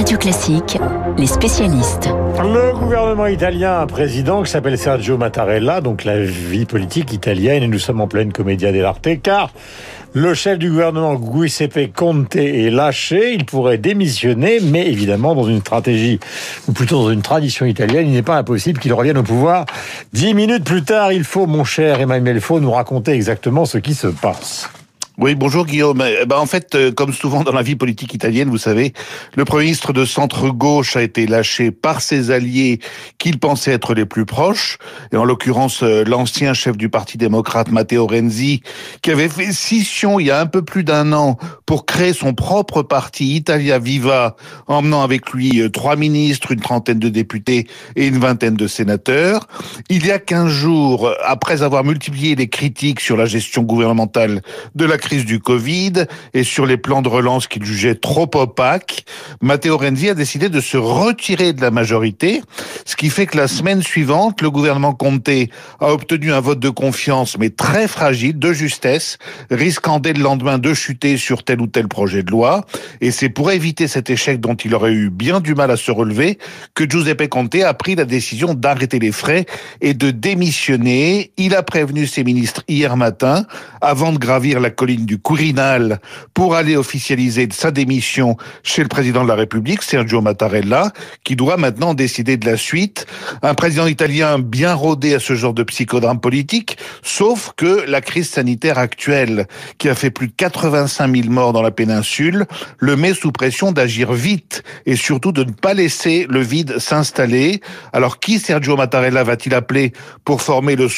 Radio Classique, les spécialistes. Le gouvernement italien a un président qui s'appelle Sergio Mattarella, donc la vie politique italienne, et nous sommes en pleine commedia dell'arte, car le chef du gouvernement, Giuseppe Conte, est lâché. Il pourrait démissionner, mais évidemment, dans une stratégie, ou plutôt dans une tradition italienne, il n'est pas impossible qu'il revienne au pouvoir 10 minutes plus tard. Il faut, mon cher Emmanuel Faux, nous raconter exactement ce qui se passe. Oui, bonjour Guillaume. En fait, comme souvent dans la vie politique italienne, vous savez, le Premier ministre de centre-gauche a été lâché par ses alliés qu'il pensait être les plus proches, et en l'occurrence l'ancien chef du Parti démocrate Matteo Renzi, qui avait fait scission il y a un peu plus d'un an pour créer son propre parti Italia Viva, emmenant avec lui 3 ministres, une trentaine de députés et une vingtaine de sénateurs. Il y a 15 jours, après avoir multiplié les critiques sur la gestion gouvernementale de la crise du Covid et sur les plans de relance qu'il jugeait trop opaques, Matteo Renzi a décidé de se retirer de la majorité, ce qui fait que la semaine suivante, le gouvernement Conte a obtenu un vote de confiance, mais très fragile, de justesse, risquant dès le lendemain de chuter sur tel ou tel projet de loi. Et c'est pour éviter cet échec dont il aurait eu bien du mal à se relever que Giuseppe Conte a pris la décision d'arrêter les frais et de démissionner. Il a prévenu ses ministres hier matin, avant de gravir la colline du Quirinal pour aller officialiser sa démission chez le président de la République, Sergio Mattarella, qui doit maintenant décider de la suite. Un président italien bien rodé à ce genre de psychodrame politique, sauf que la crise sanitaire actuelle, qui a fait plus de 85 000 morts dans la péninsule, le met sous pression d'agir vite et surtout de ne pas laisser le vide s'installer. Alors qui Sergio Mattarella va-t-il appeler pour former le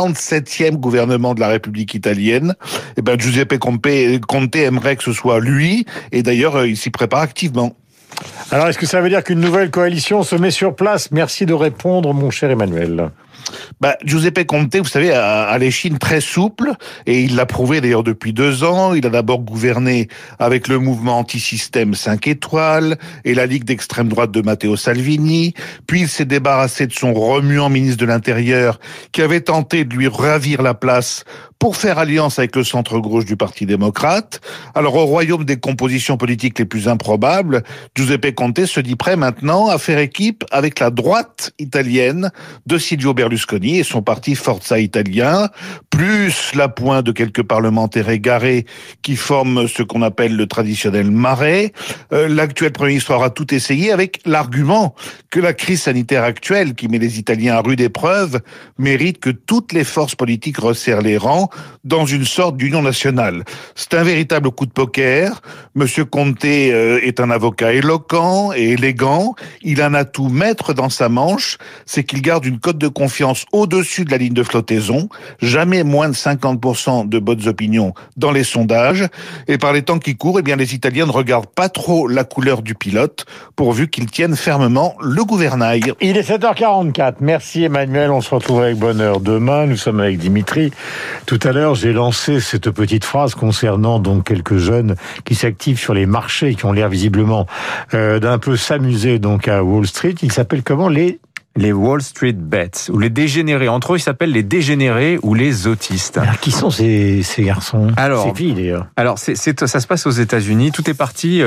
67e gouvernement de la République italienne? Giuseppe Conte aimerait que ce soit lui, et d'ailleurs, il s'y prépare activement. Alors, est-ce que ça veut dire qu'une nouvelle coalition se met sur place? Merci de répondre, mon cher Emmanuel. Giuseppe Conte, vous savez, a l'échine très souple, et il l'a prouvé d'ailleurs depuis 2 ans. Il a d'abord gouverné avec le mouvement anti-système 5 étoiles et la Ligue d'extrême droite de Matteo Salvini. Puis il s'est débarrassé de son remuant ministre de l'Intérieur qui avait tenté de lui ravir la place pour faire alliance avec le centre-gauche du Parti démocrate. Alors au royaume des compositions politiques les plus improbables, Giuseppe Conte se dit prêt maintenant à faire équipe avec la droite italienne de Silvio Berlusconi et son parti Forza Italia, plus l'appoint de quelques parlementaires égarés qui forment ce qu'on appelle le traditionnel marais. L'actuel Premier ministre aura tout essayé avec l'argument que la crise sanitaire actuelle, qui met les Italiens à rude épreuve, mérite que toutes les forces politiques resserrent les rangs dans une sorte d'union nationale. C'est un véritable coup de poker. Monsieur Conte est un avocat éloquent et élégant. Il a un atout maître dans sa manche, c'est qu'il garde une cote de confiance au-dessus de la ligne de flottaison, jamais moins de 50% de bonnes opinions dans les sondages. Et par les temps qui courent, les Italiens ne regardent pas trop la couleur du pilote, pourvu qu'ils tiennent fermement le gouvernail. Il est 7h44. Merci Emmanuel. On se retrouve avec bonheur demain. Nous sommes avec Dimitri. Tout à l'heure, j'ai lancé cette petite phrase concernant donc quelques jeunes qui s'activent sur les marchés, qui ont l'air visiblement d'un peu s'amuser donc à Wall Street. Ils s'appellent comment? Les Wall Street Bets, ou les dégénérés. Entre eux, ils s'appellent les dégénérés ou les autistes. Alors, qui sont ces garçons? Ces filles, d'ailleurs. Alors, ça se passe aux États-Unis. Tout est parti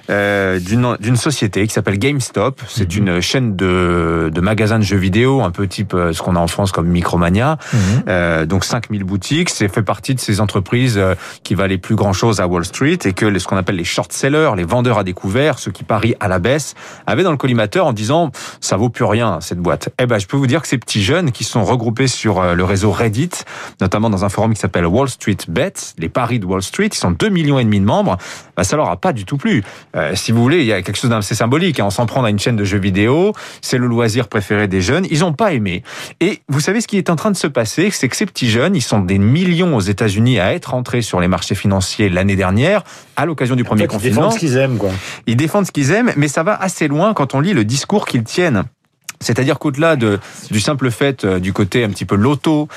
d'une société qui s'appelle GameStop. C'est une chaîne de magasins de jeux vidéo, un peu type ce qu'on a en France comme Micromania. Donc 5000 boutiques. C'est fait partie de ces entreprises qui valaient plus grand-chose à Wall Street et que ce qu'on appelle les short sellers, les vendeurs à découvert, ceux qui parient à la baisse, avaient dans le collimateur en disant ça vaut plus rien cette boîte. Je peux vous dire que ces petits jeunes qui sont regroupés sur le réseau Reddit, notamment dans un forum qui s'appelle Wall Street Bets, les paris de Wall Street, ils sont 2,5 millions de membres, ça leur a pas du tout plu. Si vous voulez, il y a quelque chose d'assez symbolique, on s'en prend à une chaîne de jeux vidéo, c'est le loisir préféré des jeunes, ils ont pas aimé. Et vous savez ce qui est en train de se passer, c'est que ces petits jeunes, ils sont des millions aux États-Unis à être entrés sur les marchés financiers l'année dernière, à l'occasion du premier confinement. Ils défendent ce qu'ils aiment, quoi. Ils défendent ce qu'ils aiment, mais ça va assez loin quand on lit le discours qu'ils tiennent C'est-à-dire qu'au-delà du simple fait du côté un petit peu loto,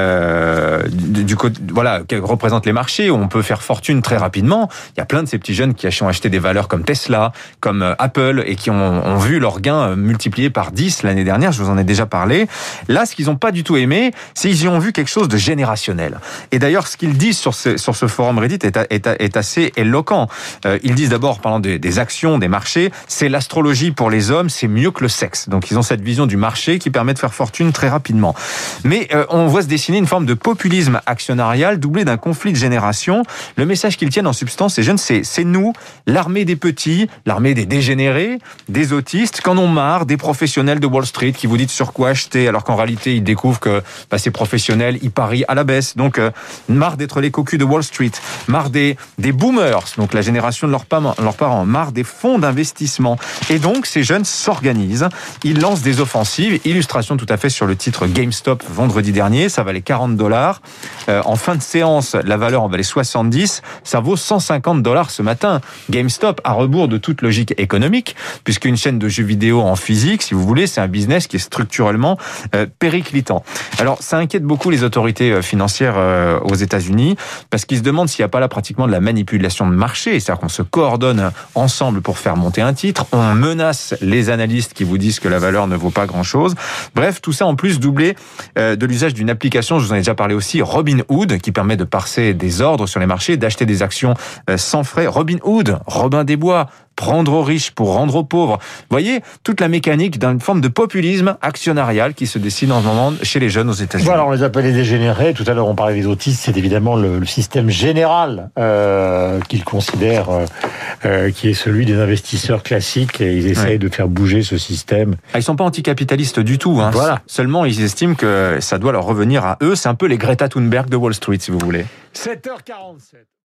du côté que représentent les marchés où on peut faire fortune très rapidement, il y a plein de ces petits jeunes qui ont acheté des valeurs comme Tesla, comme Apple et qui ont vu leurs gains multipliés par 10 l'année dernière. Je vous en ai déjà parlé. Là, ce qu'ils n'ont pas du tout aimé, c'est qu'ils y ont vu quelque chose de générationnel. Et d'ailleurs, ce qu'ils disent sur ce forum Reddit est assez éloquent. Ils disent d'abord, parlant des actions, des marchés, c'est l'astrologie pour les hommes, c'est mieux que le sexe. Donc ils ont cette vision du marché qui permet de faire fortune très rapidement. Mais on voit se dessiner une forme de populisme actionnarial doublé d'un conflit de génération. Le message qu'ils tiennent en substance, ces jeunes, c'est nous, l'armée des petits, l'armée des dégénérés, des autistes, qu'en ont marre des professionnels de Wall Street qui vous disent sur quoi acheter, alors qu'en réalité, ils découvrent que ces professionnels, ils parient à la baisse. Donc, marre d'être les cocus de Wall Street, marre des boomers, donc la génération de leurs parents, marre des fonds d'investissement. Et donc, ces jeunes s'organisent, ils lancent des offensives. Illustration tout à fait sur le titre GameStop vendredi dernier, ça valait $40. En fin de séance, la valeur en valait 70, ça vaut $150 ce matin. GameStop, à rebours de toute logique économique, puisqu'une chaîne de jeux vidéo en physique, si vous voulez, c'est un business qui est structurellement périclitant. Alors, ça inquiète beaucoup les autorités financières aux États-Unis, parce qu'ils se demandent s'il n'y a pas là pratiquement de la manipulation de marché, c'est-à-dire qu'on se coordonne ensemble pour faire monter un titre, on menace les analystes qui vous disent que la valeur ne vaut pas grand-chose. Bref, tout ça en plus doublé de l'usage d'une application, je vous en ai déjà parlé aussi, Robinhood, qui permet de passer des ordres sur les marchés, d'acheter des actions sans frais. Robinhood, Robin des Bois, prendre aux riches pour rendre aux pauvres. Vous voyez, toute la mécanique d'une forme de populisme actionnarial qui se dessine en ce moment chez les jeunes aux États-Unis. Voilà, on les appelle les dégénérés. Tout à l'heure, on parlait des autistes. C'est évidemment le système général qu'ils considèrent qui est celui des investisseurs classiques. Et ils essayent de faire bouger ce système. Ils sont pas anticapitalistes du tout. Hein. Voilà. Seulement, ils estiment que ça doit leur revenir à eux. C'est un peu les Greta Thunberg de Wall Street, si vous voulez. 7h47.